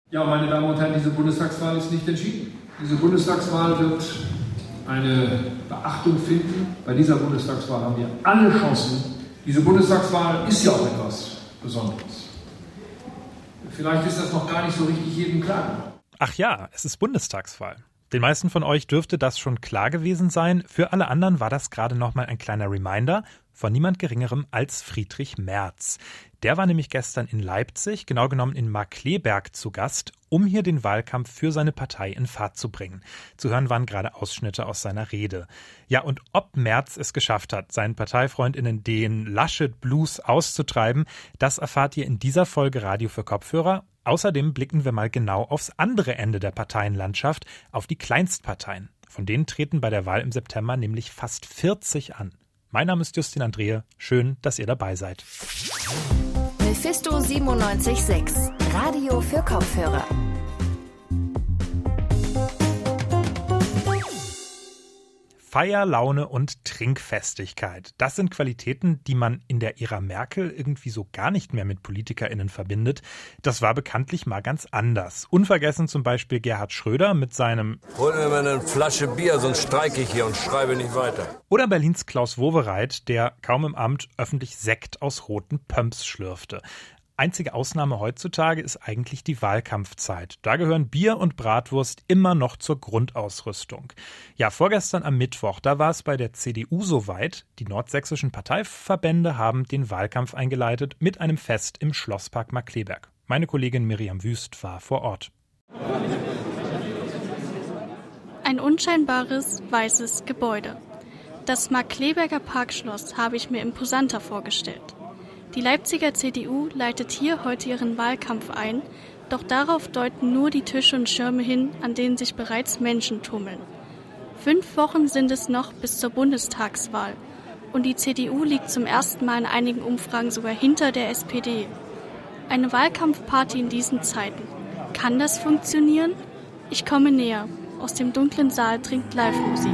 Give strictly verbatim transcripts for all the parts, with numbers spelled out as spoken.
Ja, meine Damen und Herren, diese Bundestagswahl ist nicht entschieden. Diese Bundestagswahl wird eine Beachtung finden. Bei dieser Bundestagswahl haben wir alle Chancen. Diese Bundestagswahl ist ja auch etwas Besonderes. Vielleicht ist das noch gar nicht so richtig jedem klar. Ach ja, es ist Bundestagswahl. Den meisten von euch dürfte das schon klar gewesen sein. Für alle anderen war das gerade nochmal ein kleiner Reminder von niemand Geringerem als Friedrich Merz. Der war nämlich gestern in Leipzig, genau genommen in Markkleeberg zu Gast, um hier den Wahlkampf für seine Partei in Fahrt zu bringen. Zu hören waren gerade Ausschnitte aus seiner Rede. Ja, und ob Merz es geschafft hat, seinen ParteifreundInnen den Laschet-Blues auszutreiben, das erfahrt ihr in dieser Folge Radio für Kopfhörer. Außerdem blicken wir mal genau aufs andere Ende der Parteienlandschaft, auf die Kleinstparteien. Von denen treten bei der Wahl im September nämlich fast vierzig an. Mein Name ist Justin Andrehe. Schön, dass ihr dabei seid. Mephisto siebenundneunzig Komma sechs, Radio für Kopfhörer. Feierlaune und Trinkfestigkeit. Das sind Qualitäten, die man in der Ära Merkel irgendwie so gar nicht mehr mit PolitikerInnen verbindet. Das war bekanntlich mal ganz anders. Unvergessen zum Beispiel Gerhard Schröder mit seinem Hol mir mal eine Flasche Bier, sonst streike ich hier und schreibe nicht weiter. Oder Berlins Klaus Wowereit, der kaum im Amt öffentlich Sekt aus roten Pumps schlürfte. Einzige Ausnahme heutzutage ist eigentlich die Wahlkampfzeit. Da gehören Bier und Bratwurst immer noch zur Grundausrüstung. Ja, vorgestern am Mittwoch, da war es bei der C D U soweit. Die nordsächsischen Parteiverbände haben den Wahlkampf eingeleitet mit einem Fest im Schlosspark Markkleeberg. Meine Kollegin Miriam Wüst war vor Ort. Ein unscheinbares, weißes Gebäude. Das Markkleeberger Parkschloss habe ich mir imposanter vorgestellt. Die Leipziger C D U leitet hier heute ihren Wahlkampf ein, doch darauf deuten nur die Tische und Schirme hin, an denen sich bereits Menschen tummeln. Fünf Wochen sind es noch bis zur Bundestagswahl und die C D U liegt zum ersten Mal in einigen Umfragen sogar hinter der S P D. Eine Wahlkampfparty in diesen Zeiten. Kann das funktionieren? Ich komme näher. Aus dem dunklen Saal dringt Live-Musik.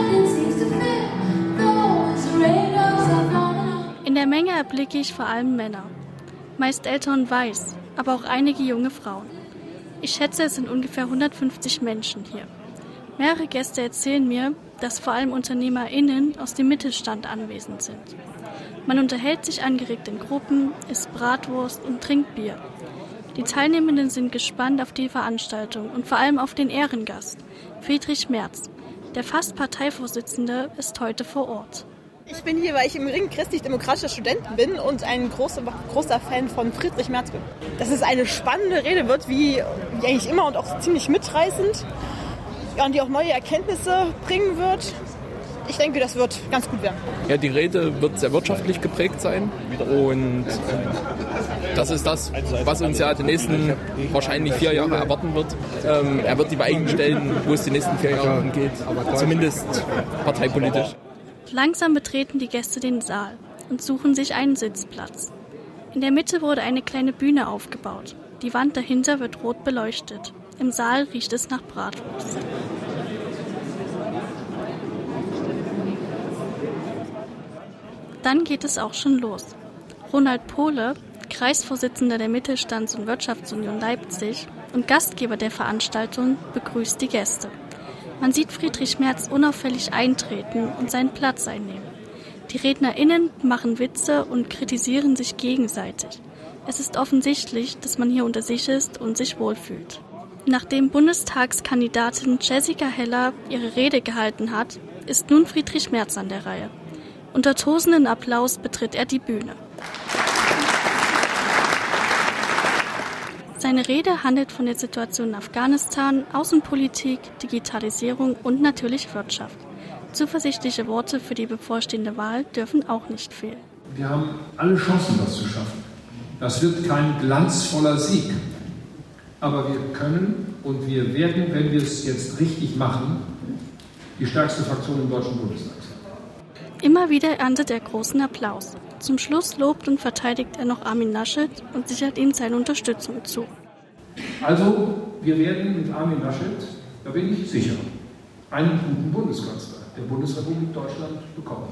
In der Menge erblicke ich vor allem Männer. Meist älter und weiß, aber auch einige junge Frauen. Ich schätze, es sind ungefähr hundertfünfzig Menschen hier. Mehrere Gäste erzählen mir, dass vor allem UnternehmerInnen aus dem Mittelstand anwesend sind. Man unterhält sich angeregt in Gruppen, isst Bratwurst und trinkt Bier. Die Teilnehmenden sind gespannt auf die Veranstaltung und vor allem auf den Ehrengast, Friedrich Merz. Der fast Parteivorsitzende ist heute vor Ort. Ich bin hier, weil ich im Ring christlich-demokratischer Studenten bin und ein großer, großer Fan von Friedrich Merz bin. Dass es eine spannende Rede wird, wie, wie eigentlich immer und auch ziemlich mitreißend. Ja, und die auch neue Erkenntnisse bringen wird. Ich denke, das wird ganz gut werden. Ja, die Rede wird sehr wirtschaftlich geprägt sein und das ist das, was uns ja die nächsten wahrscheinlich vier Jahre erwarten wird. Ähm, er wird die Weichen stellen, wo es die nächsten vier Jahre hingeht, zumindest parteipolitisch. Langsam betreten die Gäste den Saal und suchen sich einen Sitzplatz. In der Mitte wurde eine kleine Bühne aufgebaut. Die Wand dahinter wird rot beleuchtet. Im Saal riecht es nach Bratwurst. Dann geht es auch schon los. Ronald Pohle, Kreisvorsitzender der Mittelstands- und Wirtschaftsunion Leipzig und Gastgeber der Veranstaltung, begrüßt die Gäste. Man sieht Friedrich Merz unauffällig eintreten und seinen Platz einnehmen. Die RednerInnen machen Witze und kritisieren sich gegenseitig. Es ist offensichtlich, dass man hier unter sich ist und sich wohlfühlt. Nachdem Bundestagskandidatin Jessica Heller ihre Rede gehalten hat, ist nun Friedrich Merz an der Reihe. Unter tosenden Applaus betritt er die Bühne. Seine Rede handelt von der Situation in Afghanistan, Außenpolitik, Digitalisierung und natürlich Wirtschaft. Zuversichtliche Worte für die bevorstehende Wahl dürfen auch nicht fehlen. Wir haben alle Chancen, das zu schaffen. Das wird kein glanzvoller Sieg. Aber wir können und wir werden, wenn wir es jetzt richtig machen, die stärkste Fraktion im Deutschen Bundestag sein. Immer wieder erntet er großen Applaus. Zum Schluss lobt und verteidigt er noch Armin Laschet und sichert ihm seine Unterstützung zu. Also, wir werden mit Armin Laschet, da bin ich sicher, einen guten Bundeskanzler der Bundesrepublik Deutschland bekommen.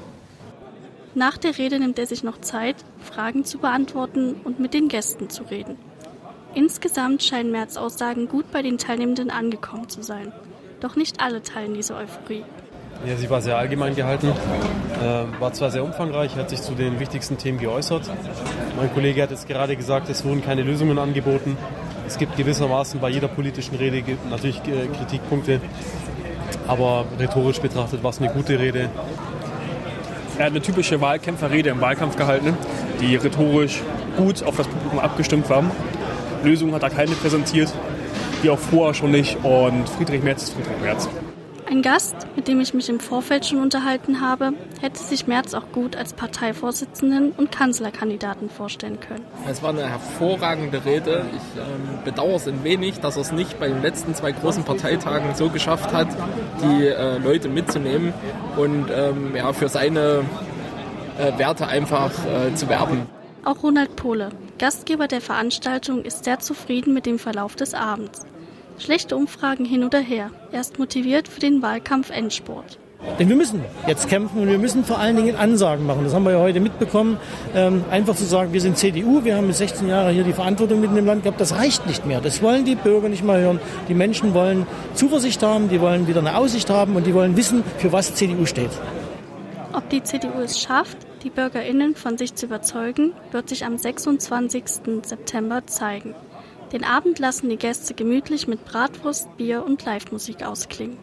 Nach der Rede nimmt er sich noch Zeit, Fragen zu beantworten und mit den Gästen zu reden. Insgesamt scheinen Merz' Aussagen gut bei den Teilnehmenden angekommen zu sein. Doch nicht alle teilen diese Euphorie. Ja, sie war sehr allgemein gehalten, äh, war zwar sehr umfangreich, hat sich zu den wichtigsten Themen geäußert. Mein Kollege hat jetzt gerade gesagt, es wurden keine Lösungen angeboten. Es gibt gewissermaßen bei jeder politischen Rede gibt natürlich äh, Kritikpunkte, aber rhetorisch betrachtet war es eine gute Rede. Er hat eine typische Wahlkämpferrede im Wahlkampf gehalten, die rhetorisch gut auf das Publikum abgestimmt war. Lösungen hat er keine präsentiert, wie auch vorher schon nicht. Und Friedrich Merz ist Friedrich Merz. Ein Gast, mit dem ich mich im Vorfeld schon unterhalten habe, hätte sich Merz auch gut als Parteivorsitzenden und Kanzlerkandidaten vorstellen können. Es war eine hervorragende Rede. Ich ähm, bedauere es ein wenig, dass er es nicht bei den letzten zwei großen Parteitagen so geschafft hat, die äh, Leute mitzunehmen und ähm, ja, für seine äh, Werte einfach äh, zu werben. Auch Ronald Pohle, Gastgeber der Veranstaltung, ist sehr zufrieden mit dem Verlauf des Abends. Schlechte Umfragen hin oder her. Er ist motiviert für den Wahlkampf-Endspurt. Denn wir müssen jetzt kämpfen und wir müssen vor allen Dingen Ansagen machen. Das haben wir ja heute mitbekommen. Ähm, einfach zu sagen, wir sind C D U, wir haben mit sechzehn Jahren hier die Verantwortung mitten im Land gehabt, das reicht nicht mehr. Das wollen die Bürger nicht mehr hören. Die Menschen wollen Zuversicht haben, die wollen wieder eine Aussicht haben und die wollen wissen, für was C D U steht. Ob die C D U es schafft, die BürgerInnen von sich zu überzeugen, wird sich am sechsundzwanzigsten September zeigen. Den Abend lassen die Gäste gemütlich mit Bratwurst, Bier und Live-Musik ausklingen.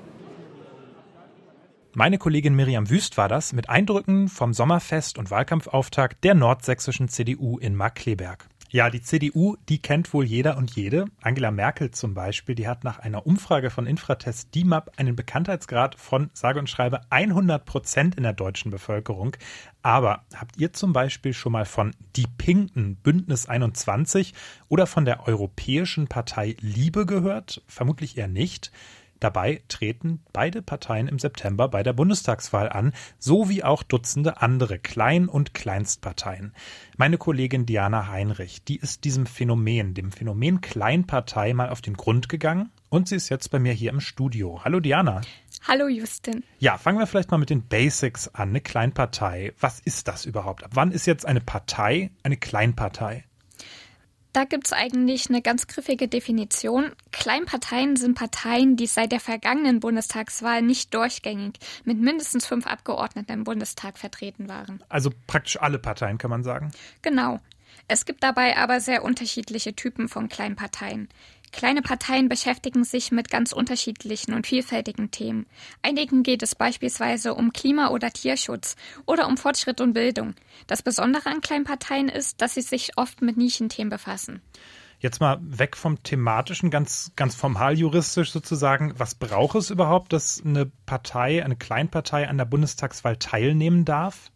Meine Kollegin Miriam Wüst war das mit Eindrücken vom Sommerfest und Wahlkampfauftakt der nordsächsischen C D U in Markkleeberg. Ja, die C D U, die kennt wohl jeder und jede. Angela Merkel zum Beispiel, die hat nach einer Umfrage von Infratest D I M A P einen Bekanntheitsgrad von, sage und schreibe, hundert Prozent in der deutschen Bevölkerung. Aber habt ihr zum Beispiel schon mal von Die Pinken, Bündnis einundzwanzig oder von der Europäischen Partei Liebe gehört? Vermutlich eher nicht. Dabei treten beide Parteien im September bei der Bundestagswahl an, so wie auch Dutzende andere Klein- und Kleinstparteien. Meine Kollegin Diana Heinrich, die ist diesem Phänomen, dem Phänomen Kleinpartei, mal auf den Grund gegangen und sie ist jetzt bei mir hier im Studio. Hallo Diana. Hallo Justin. Ja, fangen wir vielleicht mal mit den Basics an. Eine Kleinpartei, was ist das überhaupt? Ab wann ist jetzt eine Partei eine Kleinpartei? Da gibt es eigentlich eine ganz griffige Definition. Kleinparteien sind Parteien, die seit der vergangenen Bundestagswahl nicht durchgängig mit mindestens fünf Abgeordneten im Bundestag vertreten waren. Also praktisch alle Parteien, kann man sagen? Genau. Es gibt dabei aber sehr unterschiedliche Typen von Kleinparteien. Kleine Parteien beschäftigen sich mit ganz unterschiedlichen und vielfältigen Themen. Einigen geht es beispielsweise um Klima- oder Tierschutz oder um Fortschritt und Bildung. Das Besondere an Kleinparteien ist, dass sie sich oft mit Nischenthemen befassen. Jetzt mal weg vom Thematischen, ganz, ganz formal juristisch sozusagen. Was braucht es überhaupt, dass eine Partei, eine Kleinpartei an der Bundestagswahl teilnehmen darf?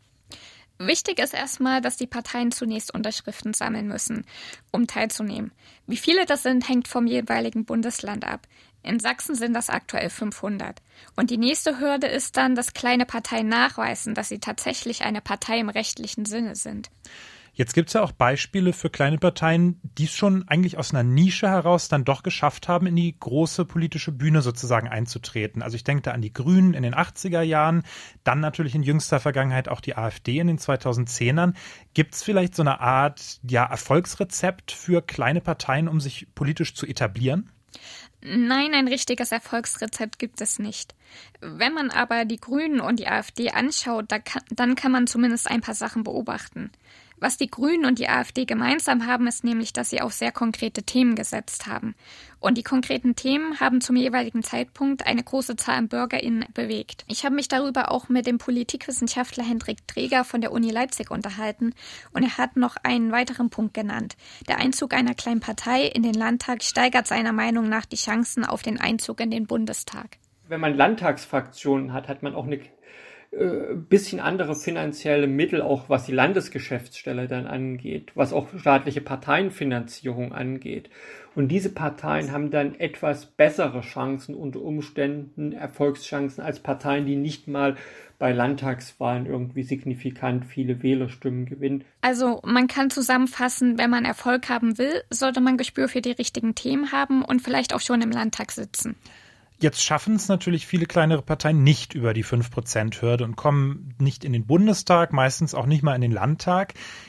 Wichtig ist erstmal, dass die Parteien zunächst Unterschriften sammeln müssen, um teilzunehmen. Wie viele das sind, hängt vom jeweiligen Bundesland ab. In Sachsen sind das aktuell fünfhundert. Und die nächste Hürde ist dann, dass kleine Parteien nachweisen, dass sie tatsächlich eine Partei im rechtlichen Sinne sind. Jetzt gibt es ja auch Beispiele für kleine Parteien, die es schon eigentlich aus einer Nische heraus dann doch geschafft haben, in die große politische Bühne sozusagen einzutreten. Also ich denke da an die Grünen in den achtziger Jahren, dann natürlich in jüngster Vergangenheit auch die AfD in den zweitausendzehnern. Gibt es vielleicht so eine Art ja, Erfolgsrezept für kleine Parteien, um sich politisch zu etablieren? Nein, ein richtiges Erfolgsrezept gibt es nicht. Wenn man aber die Grünen und die AfD anschaut, da kann, dann kann man zumindest ein paar Sachen beobachten. Was die Grünen und die AfD gemeinsam haben, ist nämlich, dass sie auf sehr konkrete Themen gesetzt haben. Und die konkreten Themen haben zum jeweiligen Zeitpunkt eine große Zahl an BürgerInnen bewegt. Ich habe mich darüber auch mit dem Politikwissenschaftler Hendrik Träger von der Uni Leipzig unterhalten und er hat noch einen weiteren Punkt genannt. Der Einzug einer kleinen Partei in den Landtag steigert seiner Meinung nach die Chancen auf den Einzug in den Bundestag. Wenn man Landtagsfraktionen hat, hat man auch eine äh, bisschen andere finanzielle Mittel, auch was die Landesgeschäftsstelle dann angeht, was auch staatliche Parteienfinanzierung angeht. Und diese Parteien haben dann etwas bessere Chancen unter Umständen, Erfolgschancen als Parteien, die nicht mal bei Landtagswahlen irgendwie signifikant viele Wählerstimmen gewinnen. Also man kann zusammenfassen, wenn man Erfolg haben will, sollte man Gespür für die richtigen Themen haben und vielleicht auch schon im Landtag sitzen. Jetzt schaffen es natürlich viele kleinere Parteien nicht über die fünf Prozent Hürde und kommen nicht in den Bundestag, meistens auch nicht mal in den Landtag.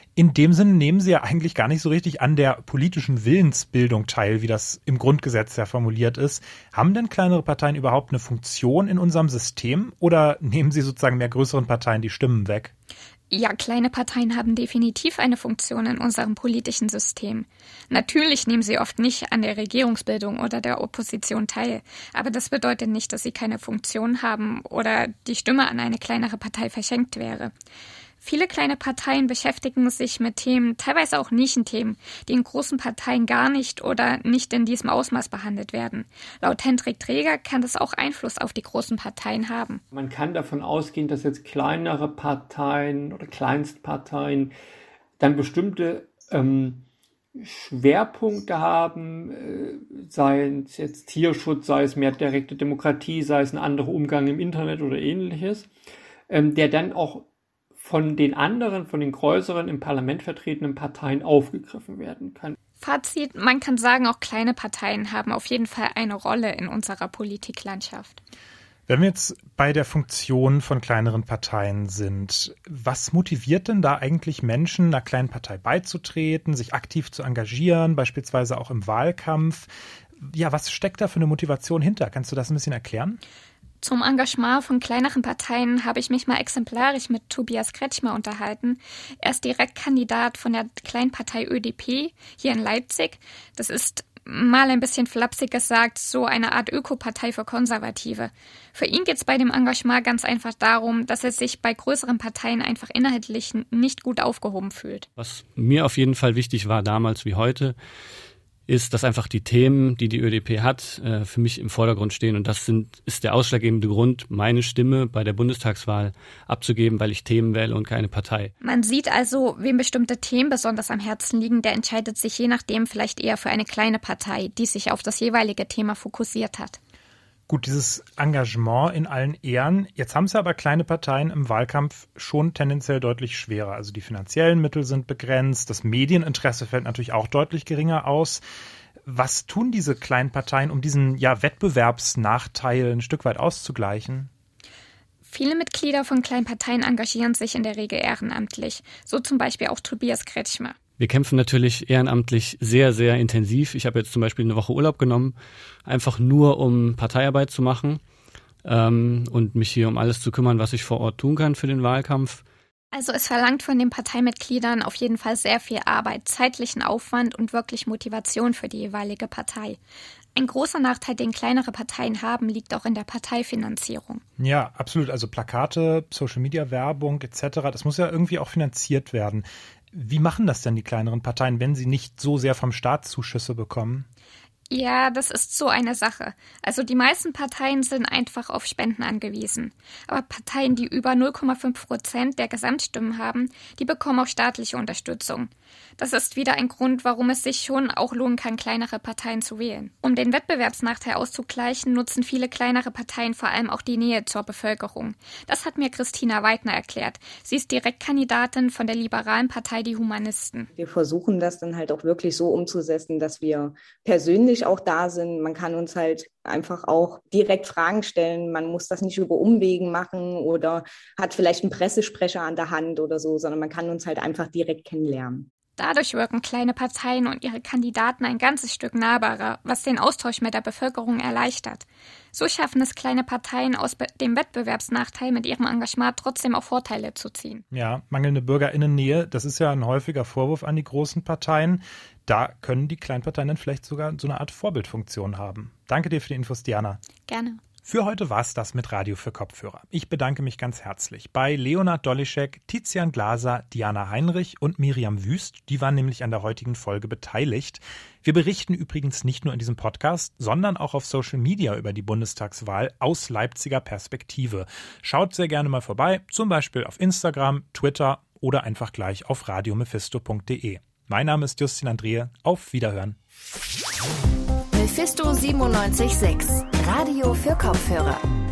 In dem Sinne nehmen Sie ja eigentlich gar nicht so richtig an der politischen Willensbildung teil, wie das im Grundgesetz ja formuliert ist. Haben denn kleinere Parteien überhaupt eine Funktion in unserem System oder nehmen Sie sozusagen mehr größeren Parteien die Stimmen weg? Ja, kleine Parteien haben definitiv eine Funktion in unserem politischen System. Natürlich nehmen sie oft nicht an der Regierungsbildung oder der Opposition teil, aber das bedeutet nicht, dass sie keine Funktion haben oder die Stimme an eine kleinere Partei verschenkt wäre. Viele kleine Parteien beschäftigen sich mit Themen, teilweise auch Nischenthemen, die in großen Parteien gar nicht oder nicht in diesem Ausmaß behandelt werden. Laut Hendrik Träger kann das auch Einfluss auf die großen Parteien haben. Man kann davon ausgehen, dass jetzt kleinere Parteien oder Kleinstparteien dann bestimmte ähm, Schwerpunkte haben, äh, sei es jetzt Tierschutz, sei es mehr direkte Demokratie, sei es ein anderer Umgang im Internet oder ähnliches, ähm, der dann auch von den anderen, von den größeren im Parlament vertretenen Parteien aufgegriffen werden kann. Fazit, man kann sagen, auch kleine Parteien haben auf jeden Fall eine Rolle in unserer Politiklandschaft. Wenn wir jetzt bei der Funktion von kleineren Parteien sind, was motiviert denn da eigentlich Menschen, einer kleinen Partei beizutreten, sich aktiv zu engagieren, beispielsweise auch im Wahlkampf? Ja, was steckt da für eine Motivation hinter? Kannst du das ein bisschen erklären? Zum Engagement von kleineren Parteien habe ich mich mal exemplarisch mit Tobias Kretschmer unterhalten. Er ist Direktkandidat von der Kleinpartei Ö D P hier in Leipzig. Das ist, mal ein bisschen flapsig gesagt, so eine Art Ökopartei für Konservative. Für ihn geht es bei dem Engagement ganz einfach darum, dass er sich bei größeren Parteien einfach inhaltlich nicht gut aufgehoben fühlt. Was mir auf jeden Fall wichtig war, damals wie heute, ist, dass einfach die Themen, die die Ö D P hat, für mich im Vordergrund stehen. Und das sind, ist der ausschlaggebende Grund, meine Stimme bei der Bundestagswahl abzugeben, weil ich Themen wähle und keine Partei. Man sieht also, wem bestimmte Themen besonders am Herzen liegen, der entscheidet sich je nachdem vielleicht eher für eine kleine Partei, die sich auf das jeweilige Thema fokussiert hat. Gut, dieses Engagement in allen Ehren. Jetzt haben es aber kleine Parteien im Wahlkampf schon tendenziell deutlich schwerer. Also die finanziellen Mittel sind begrenzt, das Medieninteresse fällt natürlich auch deutlich geringer aus. Was tun diese kleinen Parteien, um diesen ja, Wettbewerbsnachteil ein Stück weit auszugleichen? Viele Mitglieder von kleinen Parteien engagieren sich in der Regel ehrenamtlich, so zum Beispiel auch Tobias Kretschmer. Wir kämpfen natürlich ehrenamtlich sehr, sehr intensiv. Ich habe jetzt zum Beispiel eine Woche Urlaub genommen, einfach nur um Parteiarbeit zu machen ähm, und mich hier um alles zu kümmern, was ich vor Ort tun kann für den Wahlkampf. Also es verlangt von den Parteimitgliedern auf jeden Fall sehr viel Arbeit, zeitlichen Aufwand und wirklich Motivation für die jeweilige Partei. Ein großer Nachteil, den kleinere Parteien haben, liegt auch in der Parteifinanzierung. Ja, absolut. Also Plakate, Social-Media-Werbung et cetera, das muss ja irgendwie auch finanziert werden. Wie machen das denn die kleineren Parteien, wenn sie nicht so sehr vom Staat Zuschüsse bekommen? Ja, das ist so eine Sache. Also die meisten Parteien sind einfach auf Spenden angewiesen. Aber Parteien, die über null Komma fünf Prozent der Gesamtstimmen haben, die bekommen auch staatliche Unterstützung. Das ist wieder ein Grund, warum es sich schon auch lohnen kann, kleinere Parteien zu wählen. Um den Wettbewerbsnachteil auszugleichen, nutzen viele kleinere Parteien vor allem auch die Nähe zur Bevölkerung. Das hat mir Christina Weidner erklärt. Sie ist Direktkandidatin von der liberalen Partei Die Humanisten. Wir versuchen das dann halt auch wirklich so umzusetzen, dass wir persönlich auch da sind. Man kann uns halt einfach auch direkt Fragen stellen. Man muss das nicht über Umwegen machen oder hat vielleicht einen Pressesprecher an der Hand oder so, sondern man kann uns halt einfach direkt kennenlernen. Dadurch wirken kleine Parteien und ihre Kandidaten ein ganzes Stück nahbarer, was den Austausch mit der Bevölkerung erleichtert. So schaffen es kleine Parteien aus dem Wettbewerbsnachteil mit ihrem Engagement trotzdem auch Vorteile zu ziehen. Ja, mangelnde BürgerInnennähe, das ist ja ein häufiger Vorwurf an die großen Parteien. Da können die Kleinparteien dann vielleicht sogar so eine Art Vorbildfunktion haben. Danke dir für die Infos, Diana. Gerne. Für heute war es das mit Radio für Kopfhörer. Ich bedanke mich ganz herzlich bei Leonard Dolischek, Tizian Glaser, Diana Heinrich und Miriam Wüst. Die waren nämlich an der heutigen Folge beteiligt. Wir berichten übrigens nicht nur in diesem Podcast, sondern auch auf Social Media über die Bundestagswahl aus Leipziger Perspektive. Schaut sehr gerne mal vorbei, zum Beispiel auf Instagram, Twitter oder einfach gleich auf radio mephisto punkt de. Mein Name ist Justin Andrehe. Auf Wiederhören. Mephisto siebenundneunzig Komma sechs. Radio für Kopfhörer.